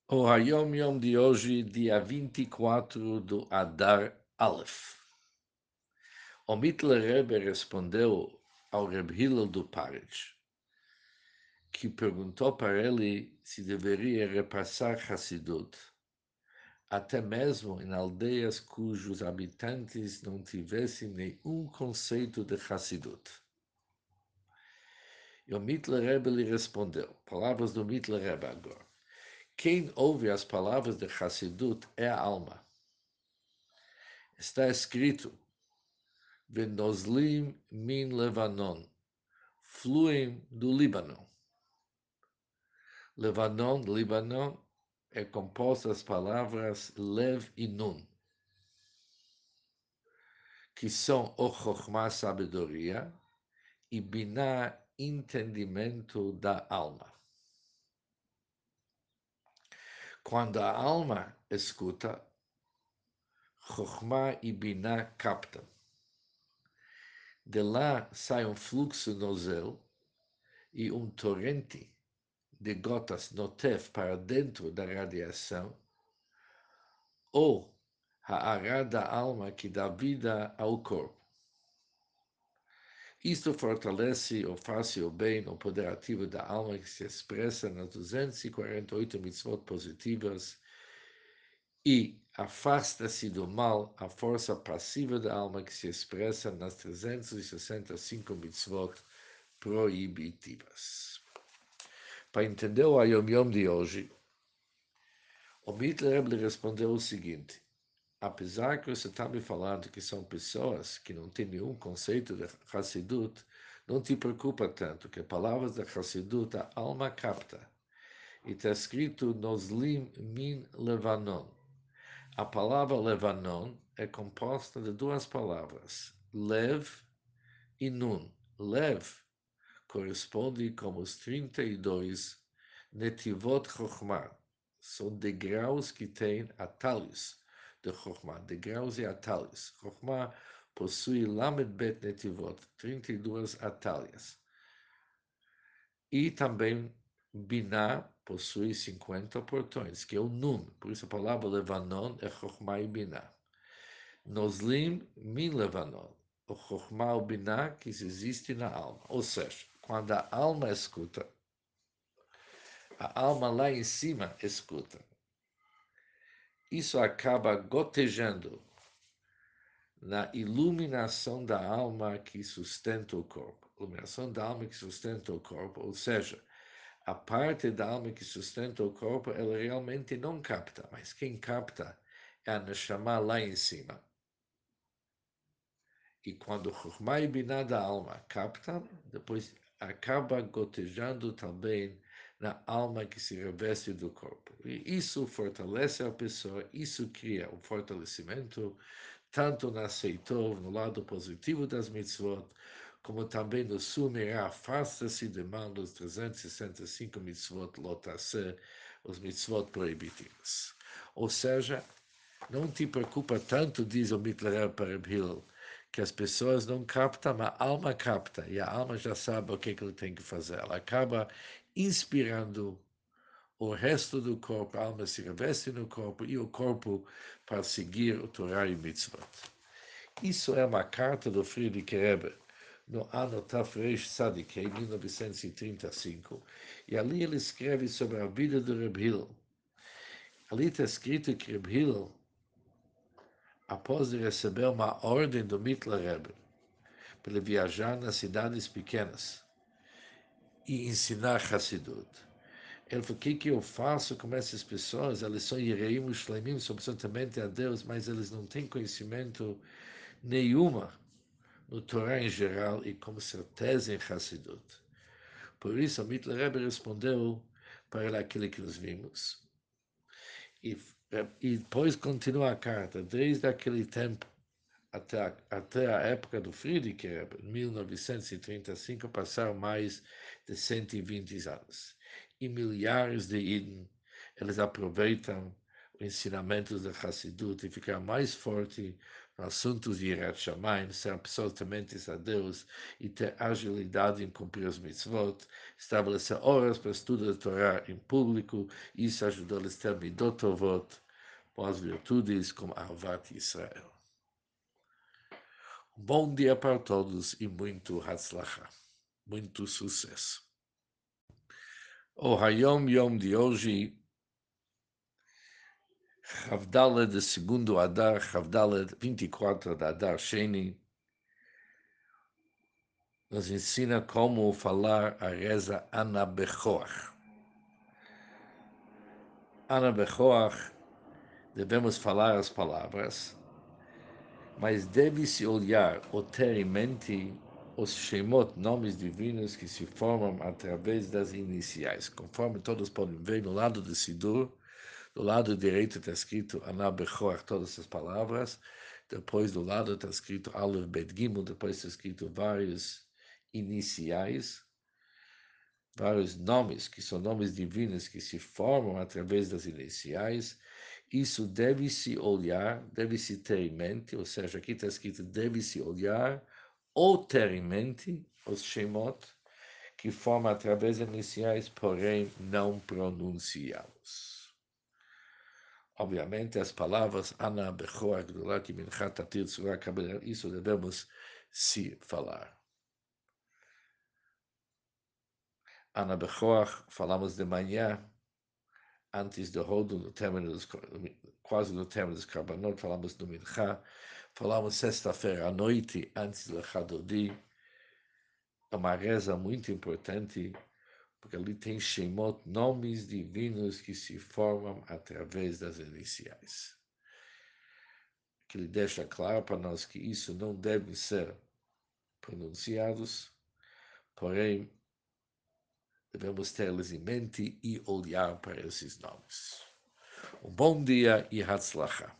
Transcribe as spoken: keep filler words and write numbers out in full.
O Hayom Yom de hoje, dia vinte e quatro do Adar Aleph. O Mittler Rebbe respondeu ao Reb Hillel do Paretz, que perguntou para ele se deveria repassar Hassidut, até mesmo em aldeias cujos habitantes não tivessem nenhum conceito de Hassidut. E o Mittler Rebbe lhe respondeu, palavras do Mittler Rebbe agora, quem ouve as palavras de Hassidut é a alma. Está escrito, Venozlim min Levanon, fluem do Líbano. Levanon, Líbano, é composto das palavras Lev e Nun, que são o Chokhmah, sabedoria, e Binah, entendimento da alma. Quando a alma escuta, Chokhmah e Binah captam. De lá sai um fluxo nozel e um torrente de gotas notef para dentro da radiação, ou a ará da alma que dá vida ao corpo. Isto fortalece ou faz o bem, o poder ativo da alma que se expressa nas duzentas e quarenta e oito mitzvot positivas e afasta-se do mal a força passiva da alma que se expressa nas trezentas e sessenta e cinco mitzvot proibitivas. Para entender o Ayom Yom de hoje, o Mittler Rebbe respondeu o seguinte: apesar que você está me falando que são pessoas que não têm nenhum conceito de Hassidut, não te preocupa tanto, que palavras da Hassidut a alma capta. E está escrito Nozlim min Levanon. A palavra Levanon é composta de duas palavras, Lev e Nun. Lev corresponde como os trinta e dois Netivot Chokhmah. São degraus que têm atalhos de Chokhmah, degraus e atalhos. Chokhmah possui Lamed Bet Netivot, trinta e duas atalhas. E também Binah possui cinquenta portões, que é o Nun. Por isso a palavra Levanon é Chokhmah e Binah. Nozlim min Levanon. O Chokhmah e o Binah que existe na alma. Ou seja, quando a alma escuta, a alma lá em cima escuta. Isso acaba gotejando na iluminação da alma que sustenta o corpo. Iluminação da alma que sustenta o corpo, ou seja, a parte da alma que sustenta o corpo, ela realmente não capta, mas quem capta é a Neshama lá em cima. E quando o Chokhmah e Binah da alma captam, depois acaba gotejando também na alma que se reveste do corpo. E isso fortalece a pessoa, isso cria um fortalecimento, tanto na Seitov, no lado positivo das mitzvot, como também no Sumirá, afasta-se de mão dos trezentas e sessenta e cinco mitzvot lotase, os mitzvot proibitivos. Ou seja, não te preocupa tanto, diz o Mittler para Hillel, que as pessoas não captam, mas a alma capta, e a alma já sabe o que, que ele tem que fazer. Ela acaba inspirando o resto do corpo, a alma se reveste no corpo, e o corpo para seguir o Torá e Mitzvot. Isso é uma carta do Friedrich Rebbe, no ano Tafresh Tzadik, em mil novecentos e trinta e cinco, e ali ele escreve sobre a vida do Reb Hillel. Ali está escrito que Reb Hillel, após receber uma ordem do Mittler Rebbe, para ele viajar nas cidades pequenas e ensinar Hassidut. Ele falou, o que, que eu faço com essas pessoas? Eles são Yereim Shlemim, são absolutamente a Deus, mas eles não têm conhecimento nenhuma no Torá em geral e com certeza em Hassidut. Por isso, o Mittler Rebbe respondeu para aquilo que nós vimos. E, e depois continua a carta, desde aquele tempo até a, até a época do Friedrich Rebbe, em mil novecentos e trinta e cinco, passaram mais de cento e vinte anos. E milhares de Iden, eles aproveitam os ensinamentos da Hassidut e ficam mais fortes assuntos de Yirat Shamayim, ser absolutamente a Deus e ter agilidade em cumprir os mitzvot, estabelecer horas para estudo da Torá em público, isso ajudou-lhes a ter midot tovot, boas virtudes como Ahavat Israel. Bom dia para todos e muito Hatzlacha, muito sucesso. O Hayom Yom de hoje, Havdalah de segundo Adar, Havdalah vinte e quatro de Adar Sheni, nos ensina como falar a reza Ana Bechoach. Ana Bechoach, devemos falar as palavras, mas deve-se olhar ou ter em mente os Shemot, nomes divinos que se formam através das iniciais. Conforme todos podem ver no lado do Sidur, do lado direito está escrito Ana Bechoach, todas as palavras. Depois do lado está escrito Aleph Bet Gimel, depois está escrito vários iniciais, vários nomes, que são nomes divinos que se formam através das iniciais. Isso deve-se olhar, deve-se ter em mente, ou seja, aqui está escrito deve-se olhar ou ter em mente os Shemot que formam através das iniciais, porém não pronunciá-los. Obviamente, as palavras Ana, Bechoach, Gdulá, Minchat, Tatir, Tzurah, Kabbalah, isso devemos se falar. Ana Bechoach, falamos de manhã, antes do rodo, no término dos, quase no término dos Karbanot, falamos do Minchá, falamos sexta-feira à noite, antes do Chadodi, é uma reza muito importante, porque ali tem Shemot, nomes divinos que se formam através das iniciais. Que ele deixa claro para nós que isso não deve ser pronunciados, porém, devemos tê-los em mente e olhar para esses nomes. Um bom dia e Hatzlacha.